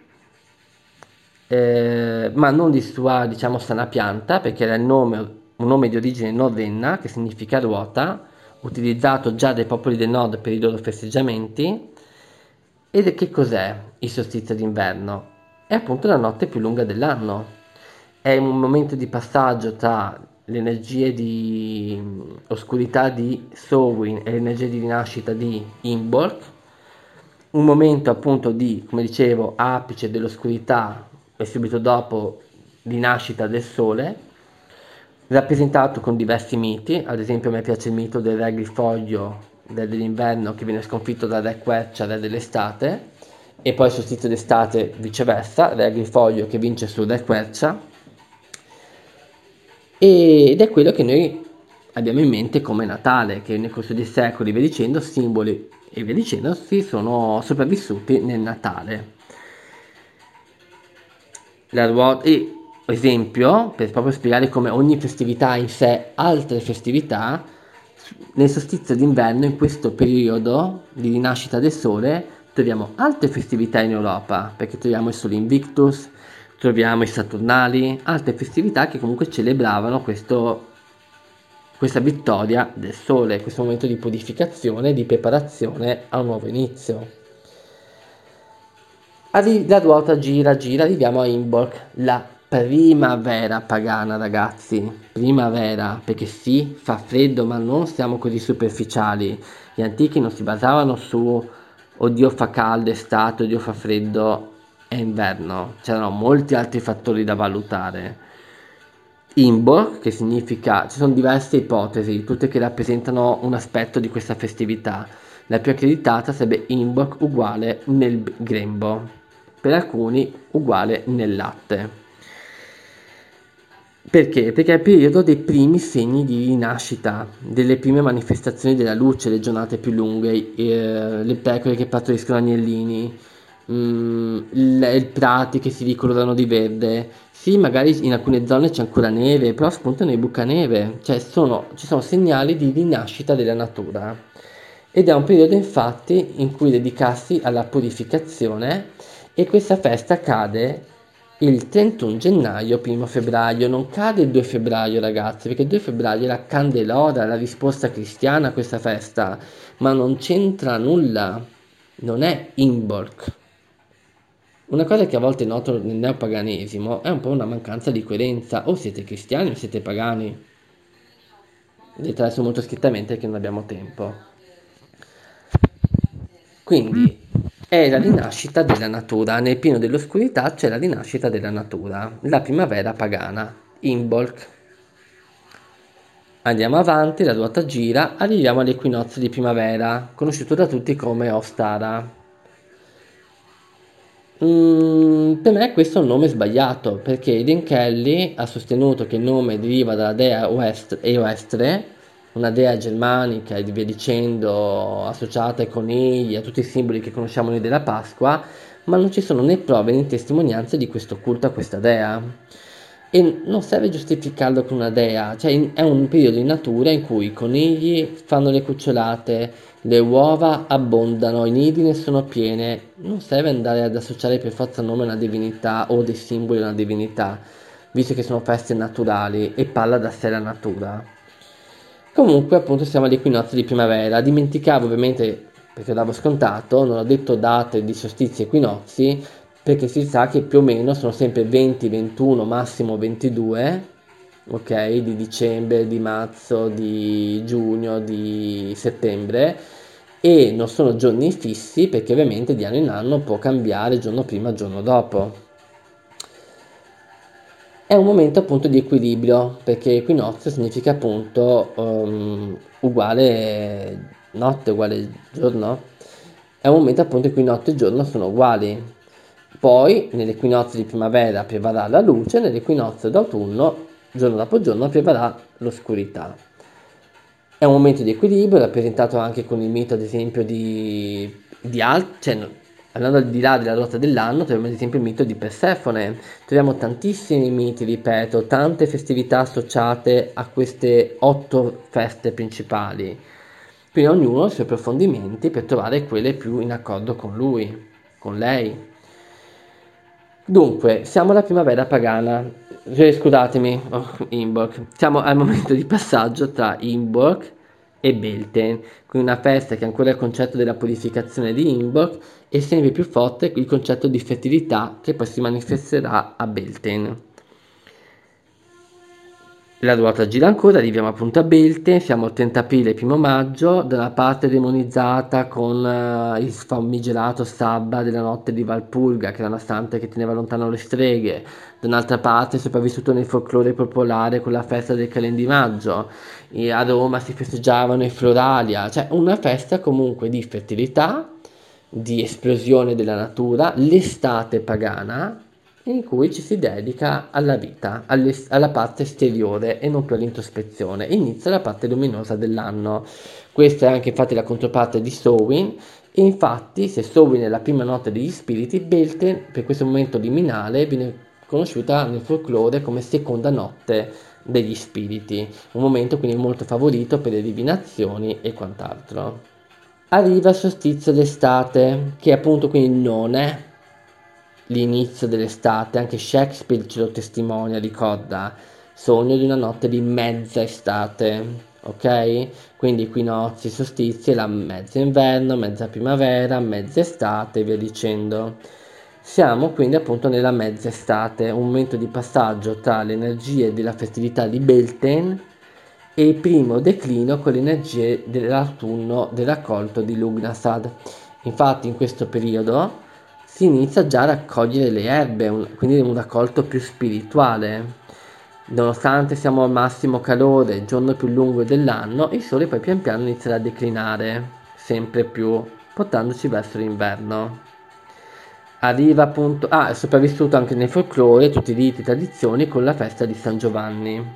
S1: eh, ma non di sua, diciamo, sana pianta, perché era il nome, un nome di origine norrena che significa ruota, utilizzato già dai popoli del nord per i loro festeggiamenti. Ed che cos'è il solstizio d'inverno? È appunto la notte più lunga dell'anno. È un momento di passaggio tra le energie di mm, oscurità di Samhain e le energie di rinascita di Imbolc, un momento appunto di, come dicevo, apice dell'oscurità e subito dopo di nascita del sole, rappresentato con diversi miti. Ad esempio a me piace il mito del re Grifoglio, re dell'inverno che viene sconfitto dal re Quercia, re dell'estate, e poi il solstizio d'estate viceversa, re Grifoglio che vince sul re Quercia, ed è quello che noi abbiamo in mente come Natale, che nel corso dei secoli, via dicendo, simboli e via dicendo, si sono sopravvissuti nel Natale. La ruota, e esempio, per proprio spiegare come ogni festività ha in sé altre festività, nel solstizio d'inverno, in questo periodo di rinascita del sole, troviamo altre festività in Europa, perché troviamo il Sole Invictus, troviamo i Saturnali, altre festività che comunque celebravano questo, questa vittoria del sole, questo momento di purificazione, di preparazione a un nuovo inizio. Arri- la ruota gira, gira, arriviamo a Imbolc, la primavera pagana, ragazzi. Primavera, perché sì, fa freddo, ma non siamo così superficiali. Gli antichi non si basavano su oddio fa caldo, estate, oddio fa freddo, è inverno. C'erano molti altri fattori da valutare. Imbolc, che significa, ci sono diverse ipotesi, tutte che rappresentano un aspetto di questa festività. La più accreditata sarebbe Imbolc uguale nel grembo, per alcuni uguale nel latte. Perché? Perché è il periodo dei primi segni di rinascita, delle prime manifestazioni della luce, le giornate più lunghe, eh, le pecore che partoriscono agnellini, mm, il, i prati che si ricolorano di verde. Sì, magari in alcune zone c'è ancora neve, però spuntano i bucaneve, cioè sono, ci sono segnali di rinascita della natura. Ed è un periodo infatti in cui dedicarsi alla purificazione, e questa festa cade il trentuno gennaio, primo febbraio, non cade il due febbraio, ragazzi, perché il due febbraio è la Candelora, la risposta cristiana a questa festa, ma non c'entra nulla, non è Imbolc. Una cosa che a volte noto nel neopaganesimo è un po' una mancanza di coerenza, o siete cristiani o siete pagani. Detto adesso molto scrittamente perché non abbiamo tempo. Quindi è la rinascita della natura, nel pieno dell'oscurità c'è la rinascita della natura, la primavera pagana, Imbolc. Andiamo avanti, la ruota gira, arriviamo all'equinozio di primavera, conosciuto da tutti come Ostara. Mm, per me questo è un nome sbagliato, perché Aidan Kelly ha sostenuto che il nome deriva dalla dea Oest- Eostre, una dea germanica e via dicendo, associata ai conigli, a tutti i simboli che conosciamo noi della Pasqua, ma non ci sono né prove né testimonianze di questo culto a questa dea. E non serve giustificarlo con una dea, cioè in- è un periodo in natura in cui i conigli fanno le cucciolate, le uova abbondano, i nidi ne sono piene, non serve andare ad associare per forza il nome a una divinità o dei simboli a una divinità, visto che sono feste naturali e parla da sé la natura. Comunque appunto siamo all'equinozio di primavera, dimenticavo ovviamente perché davo scontato, non ho detto date di solstizi e equinozi, perché si sa che più o meno sono sempre venti, ventuno, massimo ventidue, ok, di dicembre, di marzo, di giugno, di settembre, e non sono giorni fissi perché ovviamente di anno in anno può cambiare giorno prima, giorno dopo. È un momento appunto di equilibrio, perché equinozio significa appunto um, uguale notte uguale giorno, è un momento appunto in cui notte e giorno sono uguali. Poi nell'equinozio di primavera prevarrà la luce, nell'equinozio d'autunno, giorno dopo giorno, prevarrà l'oscurità. È un momento di equilibrio, rappresentato anche con il mito, ad esempio, di, di Al- cioè, no, andando al di là della ruota dell'anno, troviamo ad esempio il mito di Persefone. Troviamo tantissimi miti, ripeto, tante festività associate a queste otto feste principali. Quindi ognuno ha i suoi approfondimenti per trovare quelle più in accordo con lui, con lei. Dunque, siamo alla primavera pagana. Eh, scusatemi, oh, Imbolc. Siamo al momento di passaggio tra Imbolc e Beltane, quindi una festa che ha ancora il concetto della purificazione di Imbolc e sempre più forte il concetto di fertilità che poi si manifesterà a Beltane. La ruota gira ancora, arriviamo appunto a Beltane, siamo il trenta aprile, primo maggio, da una parte demonizzata con eh, il famigerato Sabba della notte di Valpurga, che era una santa che teneva lontano le streghe, da un'altra parte sopravvissuto nel folklore popolare con la festa del Calendimaggio, e a Roma si festeggiavano i Floralia, cioè una festa comunque di fertilità, di esplosione della natura, l'estate pagana, in cui ci si dedica alla vita, alle- alla parte esteriore e non più all'introspezione. Inizia la parte luminosa dell'anno. Questa è anche infatti la controparte di Samhain. E infatti, se Samhain è la prima notte degli spiriti, Beltane, per questo momento liminale, viene conosciuta nel folklore come seconda notte degli spiriti, un momento quindi molto favorito per le divinazioni e quant'altro. Arriva il solstizio d'estate, che appunto quindi non è l'inizio dell'estate, anche Shakespeare ce lo testimonia, ricorda, sogno di una notte di mezza estate, ok? Quindi equinozi, solstizi, la mezza inverno, mezza primavera, mezza estate e via dicendo. Siamo quindi appunto nella mezza estate, un momento di passaggio tra le energie della festività di Beltane e il primo declino con le energie dell'autunno del raccolto di Lugnasad. Infatti in questo periodo si inizia già a raccogliere le erbe, un- quindi un raccolto più spirituale. Nonostante siamo al massimo calore, il giorno più lungo dell'anno, il sole poi pian piano inizierà a declinare, sempre più, portandoci verso l'inverno. Arriva appunto, ah, è sopravvissuto anche nel folklore, tutti i riti e tradizioni con la festa di San Giovanni.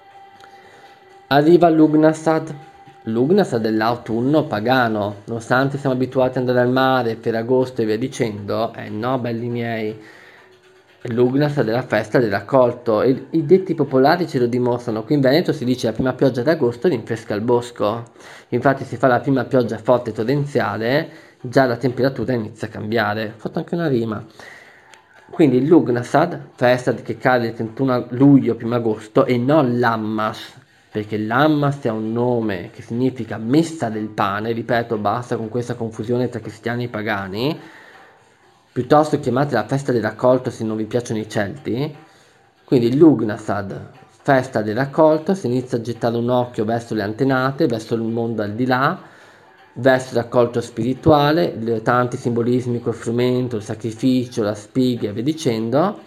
S1: Arriva Lugnasad. Lugnasad è l'autunno pagano, nonostante siamo abituati ad andare al mare per agosto e via dicendo, eh no, belli miei, Lugnasad è la festa del raccolto e i detti popolari ce lo dimostrano. Qui in Veneto si dice la prima pioggia d'agosto rinfresca il bosco. Infatti si fa la prima pioggia forte torrenziale, già la temperatura inizia a cambiare. Ho fatto anche una rima. Quindi Lugnasad, festa che cade il trentuno luglio, primo agosto, e non l'Ammas, perché l'Ammas è un nome che significa messa del pane, ripeto, basta con questa confusione tra cristiani e pagani, piuttosto chiamate la festa del raccolto se non vi piacciono i Celti. Quindi Lugnasad, festa del raccolto, si inizia a gettare un occhio verso le antenate, verso il mondo al di là, verso il raccolto spirituale, le tanti simbolismi col frumento, il sacrificio, la spiga e via dicendo,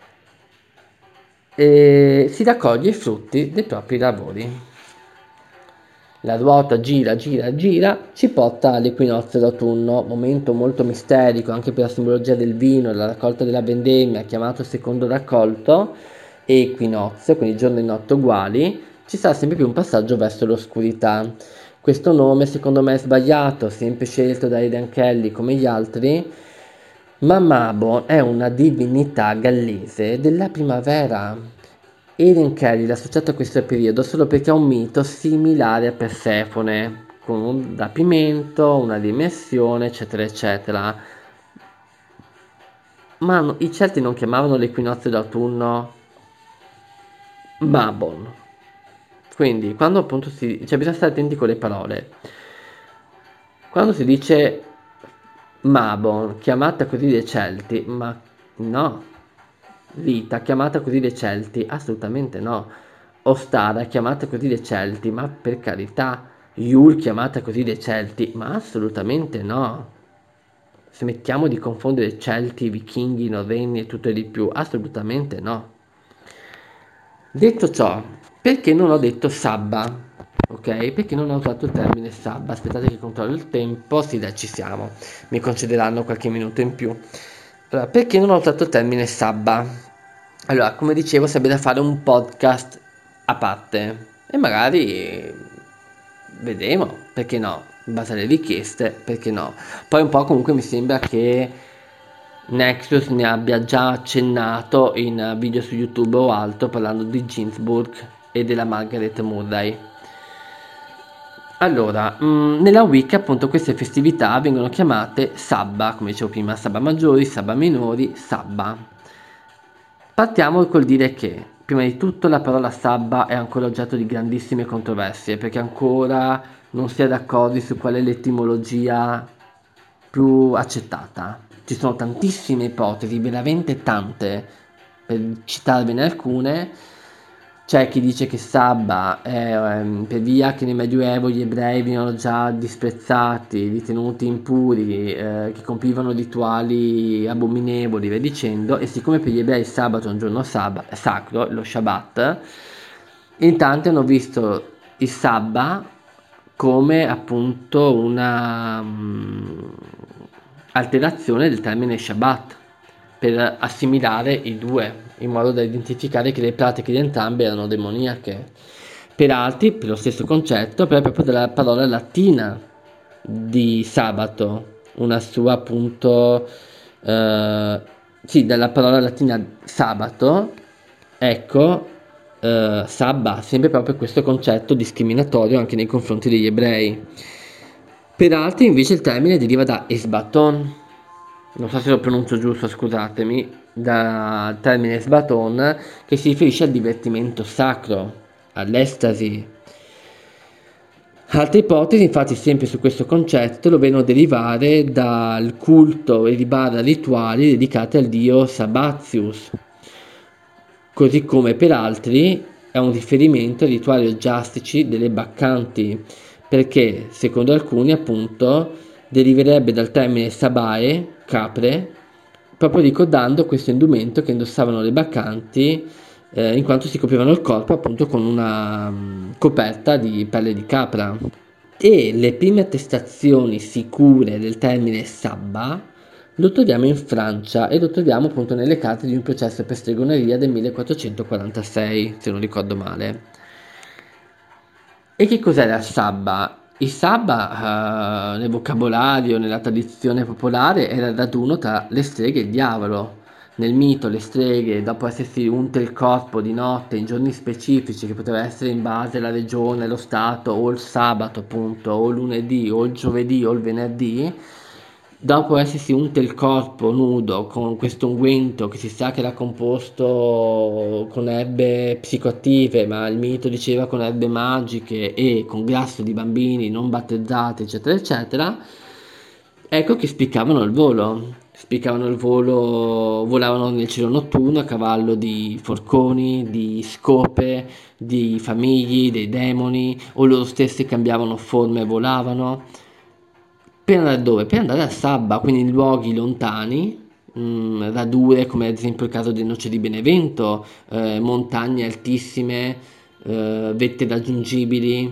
S1: e si raccoglie i frutti dei propri lavori. La ruota gira, gira, gira, ci porta all'equinozio d'autunno, momento molto misterico anche per la simbologia del vino e la raccolta della vendemmia, chiamato secondo raccolto, e equinozio, quindi giorno e notte uguali, ci sarà sempre più un passaggio verso l'oscurità. Questo nome secondo me è sbagliato, sempre scelto da Aidan Kelly come gli altri, ma Mabon è una divinità gallese della primavera. Aidan Kelly l'ha associato a questo periodo solo perché ha un mito similare a Persefone, con un rapimento, una dimensione, eccetera, eccetera. Ma no- i Celti non chiamavano l'equinozio d'autunno Mabon. Quindi, quando appunto si... cioè bisogna stare attenti con le parole. Quando si dice Mabon, chiamata così dai Celti, ma no. Rita, chiamata così dai Celti, assolutamente no. Ostara, chiamata così dai Celti, ma per carità. Yule, chiamata così dai Celti, ma assolutamente no. Smettiamo di confondere Celti, Vichinghi, Norreni e tutto e di più, assolutamente no. Detto ciò, perché non ho detto Sabba? ok? Perché non ha usato il termine sabba? Aspettate che controllo il tempo, sì dai ci siamo, mi concederanno qualche minuto in più. Allora, perché non ho usato il termine sabba? Allora, come dicevo, sarebbe da fare un podcast a parte e magari vedremo, perché no, in base alle richieste, perché no. Poi un po' comunque mi sembra che Nexus ne abbia già accennato in video su YouTube o altro parlando di Ginsburg e della Margaret Murray. Allora, mh, nella wiki appunto queste festività vengono chiamate sabba, come dicevo prima, sabba maggiori, sabba minori, sabba. Partiamo col dire che, prima di tutto, la parola sabba è ancora oggetto di grandissime controversie, perché ancora non si è d'accordo su qual è l'etimologia più accettata. Ci sono tantissime ipotesi, veramente tante, per citarvene alcune. C'è chi dice che Sabba è ehm, per via che nel Medioevo gli ebrei venivano già disprezzati, ritenuti impuri, eh, che compivano rituali abominevoli, via dicendo, e siccome per gli ebrei il sabato è un giorno sab- sacro, lo Shabbat, in tanti hanno visto il Sabba come appunto una mm, alterazione del termine Shabbat per assimilare i due, in modo da identificare che le pratiche di entrambi erano demoniache. Per altri, per lo stesso concetto, però è proprio della parola latina di sabato, una sua appunto, eh, sì, dalla parola latina sabato, ecco, eh, sabba, sempre proprio questo concetto discriminatorio anche nei confronti degli ebrei. Per altri invece il termine deriva da esbaton, non so se lo pronuncio giusto, scusatemi, dal termine esbaton che si riferisce al divertimento sacro, all'estasi. Altre ipotesi, infatti, sempre su questo concetto lo vedono derivare dal culto e di barra rituali dedicati al dio Sabazius, così come per altri è un riferimento ai rituali orgiastici delle baccanti, perché secondo alcuni appunto deriverebbe dal termine sabae, capre, proprio ricordando questo indumento che indossavano le baccanti eh, in quanto si coprivano il corpo appunto con una um, coperta di pelle di capra. E le prime attestazioni sicure del termine sabba lo troviamo in Francia e lo troviamo appunto nelle carte di un processo per stregoneria del millequattrocentoquarantasei, se non ricordo male. E che cos'era il sabba? Il sabba, eh, nel vocabolario, nella tradizione popolare, era il raduno tra le streghe e il diavolo. Nel mito, le streghe, dopo essersi unte il corpo di notte in giorni specifici, che poteva essere in base alla regione, lo stato, o il sabato, appunto, o il lunedì, o il giovedì, o il venerdì, dopo essersi unto il corpo nudo con questo unguento che si sa che era composto con erbe psicoattive, ma il mito diceva con erbe magiche e con grasso di bambini non battezzati, eccetera, eccetera, ecco che spiccavano il volo. Spiccavano il volo, volavano nel cielo notturno a cavallo di forconi, di scope, di famigli, dei demoni, o loro stessi cambiavano forma e volavano. Per andare dove? Per andare a Sabba, quindi in luoghi lontani, mh, radure come ad esempio il caso di Noce di Benevento, eh, montagne altissime, eh, vette raggiungibili,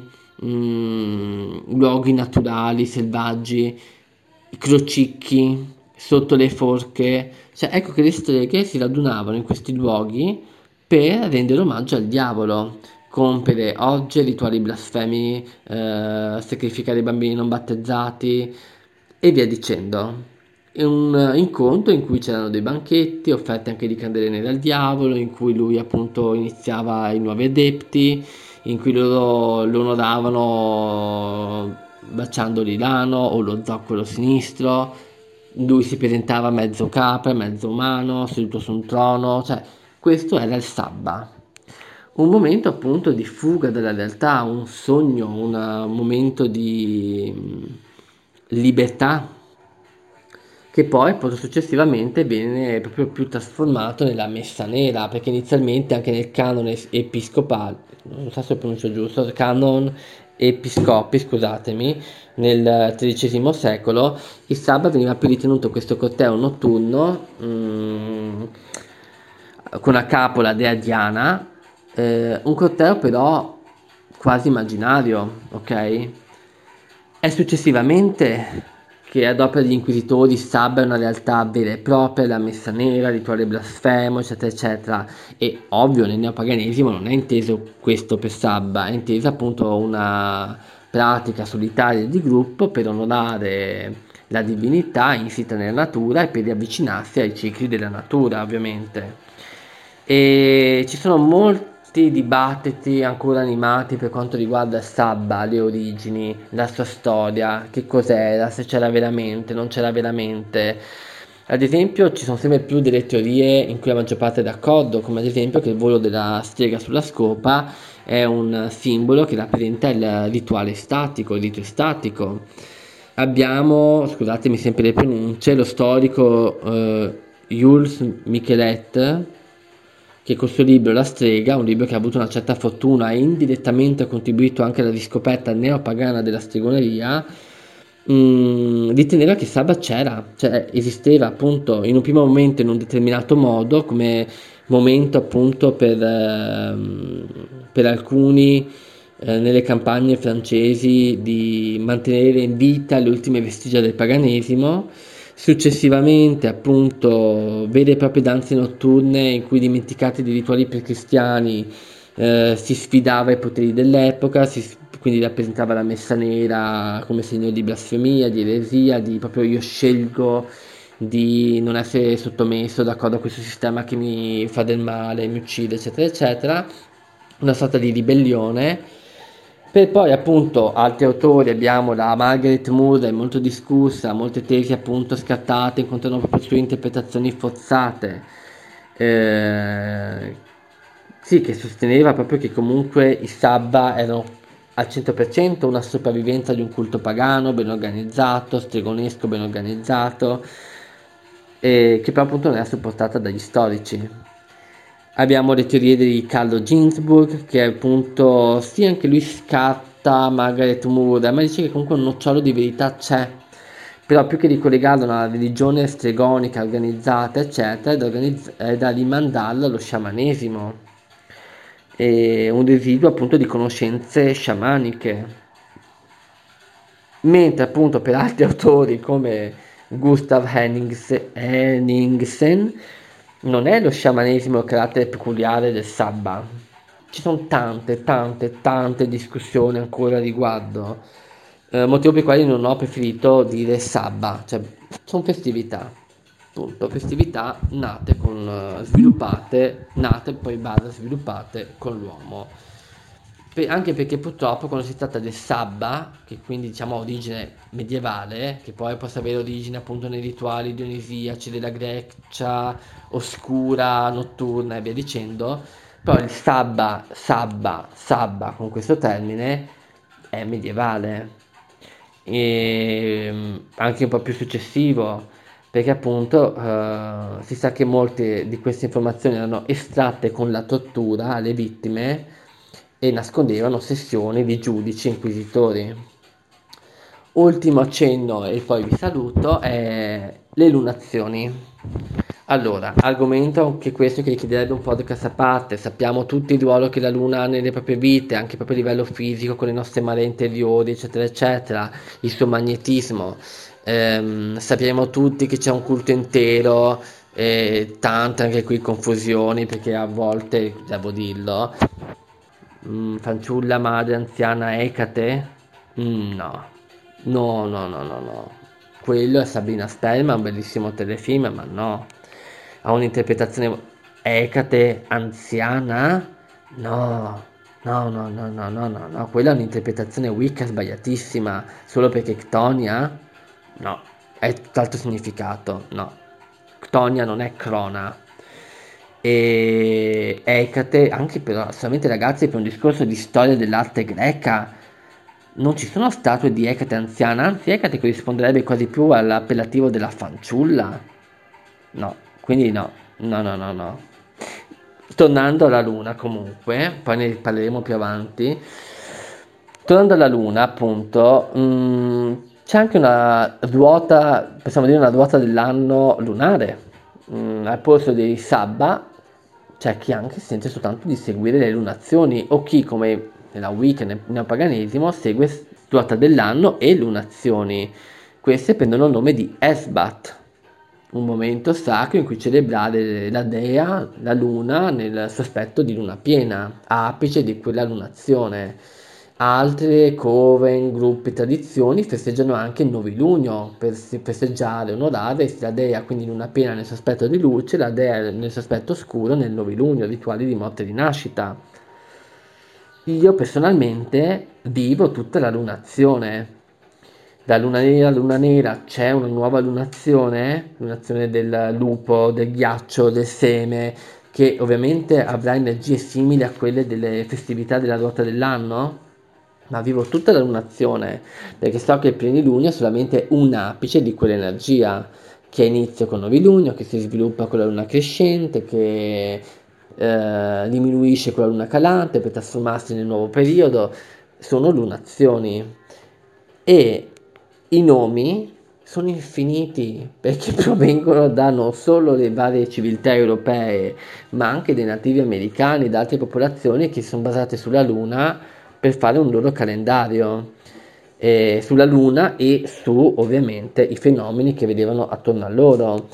S1: mh, luoghi naturali, selvaggi, crocicchi, sotto le forche. Cioè, ecco che le streghe si radunavano in questi luoghi per rendere omaggio al diavolo, compiere orge, rituali blasfemi, eh, sacrificare i bambini non battezzati e via dicendo. È un incontro in cui c'erano dei banchetti, offerte anche di candele nere al diavolo, in cui lui appunto iniziava i nuovi adepti, in cui loro lo onoravano baciandogli l'ano o lo zoccolo sinistro. Lui si presentava mezzo capra, mezzo umano, seduto su un trono, cioè questo era il sabba. Un momento appunto di fuga dalla realtà, un sogno, una- un momento di mm, libertà che poi, poi successivamente viene proprio più trasformato nella messa nera, perché inizialmente anche nel canone episcopale, non so se lo pronuncio giusto, canon episcopi, scusatemi, nel tredicesimo secolo, il sabato veniva più ritenuto questo corteo notturno mm, con a capo la dea Diana, eh, un corteo però quasi immaginario, ok? È successivamente che ad opera degli inquisitori Sabba è una realtà vera e propria, la messa nera, il rituale blasfemo, eccetera, eccetera. E ovvio, nel neopaganesimo non è inteso questo per Sabba, è intesa appunto una pratica solitaria di gruppo per onorare la divinità insita nella natura e per riavvicinarsi ai cicli della natura, ovviamente. E ci sono molti dibattiti ancora animati per quanto riguarda Sabba, le origini, la sua storia, che cos'era, se c'era veramente, non c'era veramente. Ad esempio ci sono sempre più delle teorie in cui la maggior parte è d'accordo, come ad esempio che il volo della strega sulla scopa è un simbolo che rappresenta il rituale statico, il rito statico. Abbiamo, scusatemi sempre le pronunce, lo storico eh, Jules Michelet, che col suo libro La strega, un libro che ha avuto una certa fortuna e indirettamente ha contribuito anche alla riscoperta neopagana della stregoneria, mh, riteneva che Sabba c'era, cioè esisteva appunto in un primo momento in un determinato modo, come momento appunto per, ehm, per alcuni eh, nelle campagne francesi di mantenere in vita le ultime vestigia del paganesimo. Successivamente, appunto, vere e proprie danze notturne in cui, dimenticati dei rituali precristiani, eh, si sfidava i poteri dell'epoca, si, quindi rappresentava la messa nera come segno di blasfemia, di eresia, di proprio io scelgo di non essere sottomesso d'accordo a questo sistema che mi fa del male, mi uccide, eccetera, eccetera. Una sorta di ribellione. Per poi appunto altri autori, abbiamo la Margaret Moore, molto discussa, molte tesi appunto scattate, incontrano proprio sue interpretazioni forzate, eh, sì, che sosteneva proprio che comunque i Sabba erano al cento per cento una sopravvivenza di un culto pagano ben organizzato, stregonesco ben organizzato, eh, che però appunto non era supportata dagli storici. Abbiamo le teorie di Carlo Ginzburg, che appunto sì, anche lui scatta Margaret Moore, ma dice che comunque un nocciolo di verità c'è, però più che di collegarlo a una religione stregonica organizzata eccetera, è da, organizz- è da rimandarlo allo sciamanesimo, e un residuo appunto di conoscenze sciamaniche. Mentre appunto per altri autori come Gustav Hennings- Henningsen non è lo sciamanesimo il carattere peculiare del Sabba. Ci sono tante, tante, tante discussioni ancora a riguardo, eh, motivo per il quale non ho preferito dire Sabba, cioè sono festività, punto, festività nate con, eh, sviluppate, nate poi barra sviluppate con l'uomo. Per- anche perché purtroppo quando si tratta del Sabba, che quindi diciamo ha origine medievale, che poi possa avere origine appunto nei rituali dionisiaci della Grecia oscura, notturna e via dicendo, però il Sabba, Sabba, Sabba con questo termine è medievale e mm, anche un po' più successivo, perché appunto eh, si sa che molte di queste informazioni erano estratte con la tortura alle vittime e nascondevano sessioni di giudici inquisitori. Ultimo accenno e poi vi saluto è le lunazioni. Allora, argomento anche questo che richiederebbe un podcast a parte. Sappiamo tutti il ruolo che la Luna ha nelle proprie vite, anche proprio a livello fisico, con le nostre maree interiori, eccetera, eccetera, il suo magnetismo. Ehm, sappiamo tutti che c'è un culto intero, e tante anche qui confusioni, perché a volte, devo dirlo, mm, fanciulla madre anziana Ecate? Mm, no, no, no, no, no, no. Quello è Sabrina Spellman, un bellissimo telefilm, ma no. Ha un'interpretazione Ecate anziana? No, no, no, no, no, no, no, no. Quella è un'interpretazione Wicca sbagliatissima, solo perché Ctonia? No, è tutt'altro significato, no. Ctonia non è Crona. E Ecate, anche però solamente ragazzi, per un discorso di storia dell'arte greca, non ci sono statue di Ecate anziana, anzi Ecate corrisponderebbe quasi più all'appellativo della fanciulla. No, quindi no, no, no, no, no. Tornando alla Luna comunque, poi ne parleremo più avanti. Tornando alla Luna, appunto, mh, c'è anche una ruota, possiamo dire una ruota dell'anno lunare. Mh, al posto dei Sabba c'è chi anche si sente soltanto di seguire le lunazioni, o chi, come nella Wicca, nel neopaganesimo, segue durata dell'anno e lunazioni. Queste prendono il nome di Esbat, un momento sacro in cui celebrare la dea, la luna, nel suo aspetto di luna piena, apice di quella lunazione. Altre coven, gruppi, tradizioni festeggiano anche il novilunio per festeggiare, onorare la dea, quindi luna piena nel suo aspetto di luce, la dea nel suo aspetto oscuro nel novilunio, rituali di morte e di nascita. Io personalmente vivo tutta la lunazione. Da luna nera a luna nera c'è una nuova lunazione, lunazione del lupo, del ghiaccio, del seme, che ovviamente avrà energie simili a quelle delle festività della ruota dell'anno, ma vivo tutta la lunazione, perché so che il plenilunio è solamente un apice di quell'energia, che ha inizio con novilunio, che si sviluppa con la luna crescente, che eh, diminuisce con la luna calante per trasformarsi nel nuovo periodo. Sono lunazioni. E i nomi sono infiniti perché provengono da non solo le varie civiltà europee, ma anche dei nativi americani e da altre popolazioni che si sono basate sulla Luna per fare un loro calendario, eh, sulla Luna e su ovviamente i fenomeni che vedevano attorno a loro.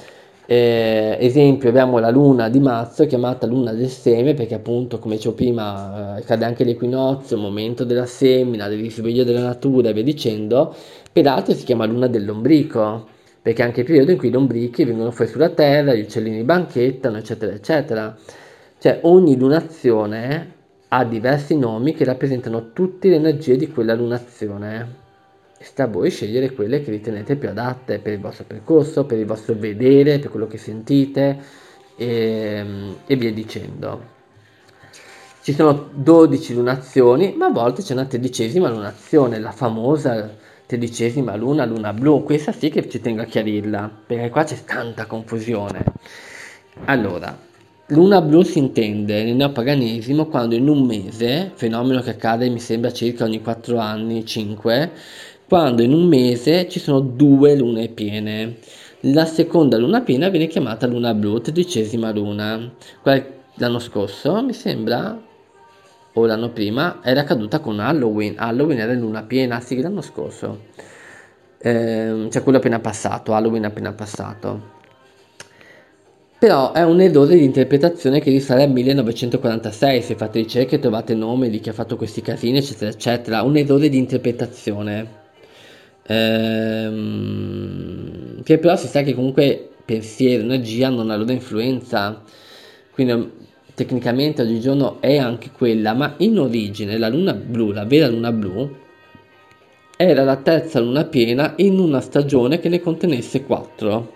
S1: Eh, esempio, abbiamo la luna di marzo chiamata luna del seme perché appunto, come dicevo prima, eh, cade anche l'equinozio, il momento della semina, del risveglio della natura e via dicendo. Per altri si chiama luna dell'ombrico perché è anche il periodo in cui i lombrichi vengono fuori sulla terra, gli uccellini banchettano, eccetera, eccetera. Cioè ogni lunazione ha diversi nomi che rappresentano tutte le energie di quella lunazione. Sta a voi scegliere quelle che ritenete più adatte per il vostro percorso, per il vostro vedere, per quello che sentite e, e via dicendo. Ci sono dodici lunazioni, ma a volte c'è una tredicesima lunazione, la famosa tredicesima luna, luna blu. Questa sì che ci tengo a chiarirla, perché qua c'è tanta confusione. Allora, luna blu si intende nel neopaganesimo quando in un mese, fenomeno che accade mi sembra circa ogni quattro anni, cinque, quando in un mese ci sono due lune piene. La seconda luna piena viene chiamata luna blu, tredicesima luna. L'anno scorso, mi sembra, o l'anno prima, era caduta con Halloween. Halloween era in luna piena, sì, l'anno scorso. Eh, cioè quello appena passato, Halloween appena passato. Però è un errore di interpretazione che risale al millenovecentoquarantasei, se fate ricerche e trovate il nome di chi ha fatto questi casini, eccetera, eccetera. Un errore di interpretazione. Ehm, che però si sa che comunque pensiero, energia hanno una loro influenza, quindi tecnicamente oggigiorno è anche quella, ma in origine la luna blu, la vera luna blu, era la terza luna piena in una stagione che ne contenesse quattro.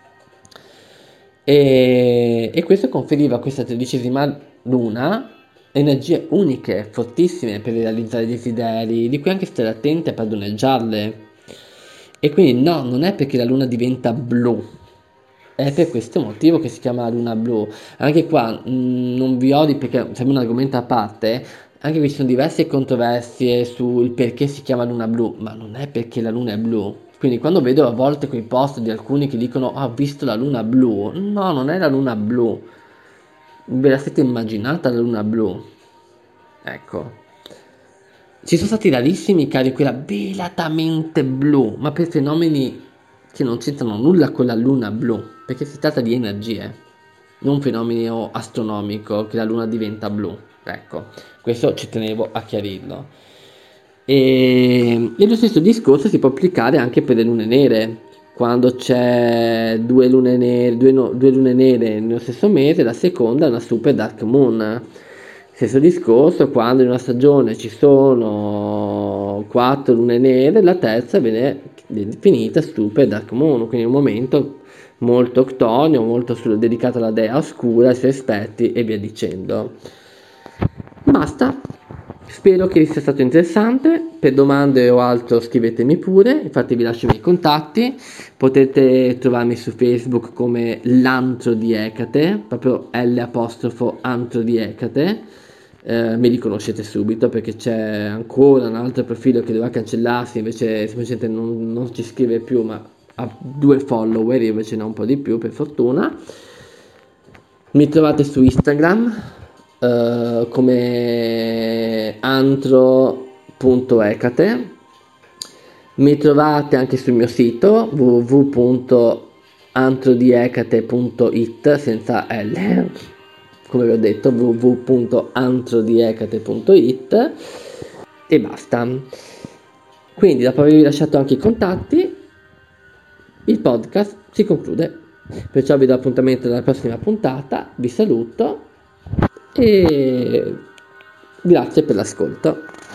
S1: E, e questo conferiva a questa tredicesima luna energie uniche, fortissime per realizzare desideri, di cui anche stare attenti a padroneggiarle. E quindi no, non è perché la luna diventa blu, è per questo motivo che si chiama luna blu. Anche qua mh, non vi odi perché sembra un argomento a parte, anche qui ci sono diverse controversie sul perché si chiama luna blu, ma non è perché la luna è blu. Quindi quando vedo a volte quei post di alcuni che dicono oh, ho visto la luna blu, no, non è la luna blu, ve la siete immaginata la luna blu, ecco. Ci sono stati rarissimi casi quella velatamente blu, ma per fenomeni che non c'entrano nulla con la luna blu, perché si tratta di energie, non un fenomeno astronomico che la luna diventa blu. Ecco, questo ci tenevo a chiarirlo. E, e lo stesso discorso si può applicare anche per le lune nere. Quando c'è due lune nere, due, no, due lune nere nello stesso mese, la seconda è una super dark moon. Stesso discorso, quando in una stagione ci sono quattro lune nere, la terza viene definita super dark moon, quindi un momento molto octonio, molto sul, dedicato alla dea oscura, ai suoi aspetti e via dicendo. Basta, spero che vi sia stato interessante. Per domande o altro scrivetemi pure, infatti vi lascio i miei contatti, potete trovarmi su Facebook come l'antro di Ecate, proprio L apostrofo antro di Ecate. Eh, mi riconoscete subito perché c'è ancora un altro profilo che doveva cancellarsi, invece semplicemente non, non ci scrive più, ma ha due follower, io invece ne ho un po' di più per fortuna. Mi trovate su Instagram, uh, uh, come antro punto ecate. Mi trovate anche sul mio sito w w w punto antrodiecate punto it senza L, come vi ho detto, w w w punto antrodiecate punto it, e basta. Quindi, dopo avervi lasciato anche i contatti, il podcast si conclude. Perciò vi do appuntamento alla prossima puntata, vi saluto e grazie per l'ascolto.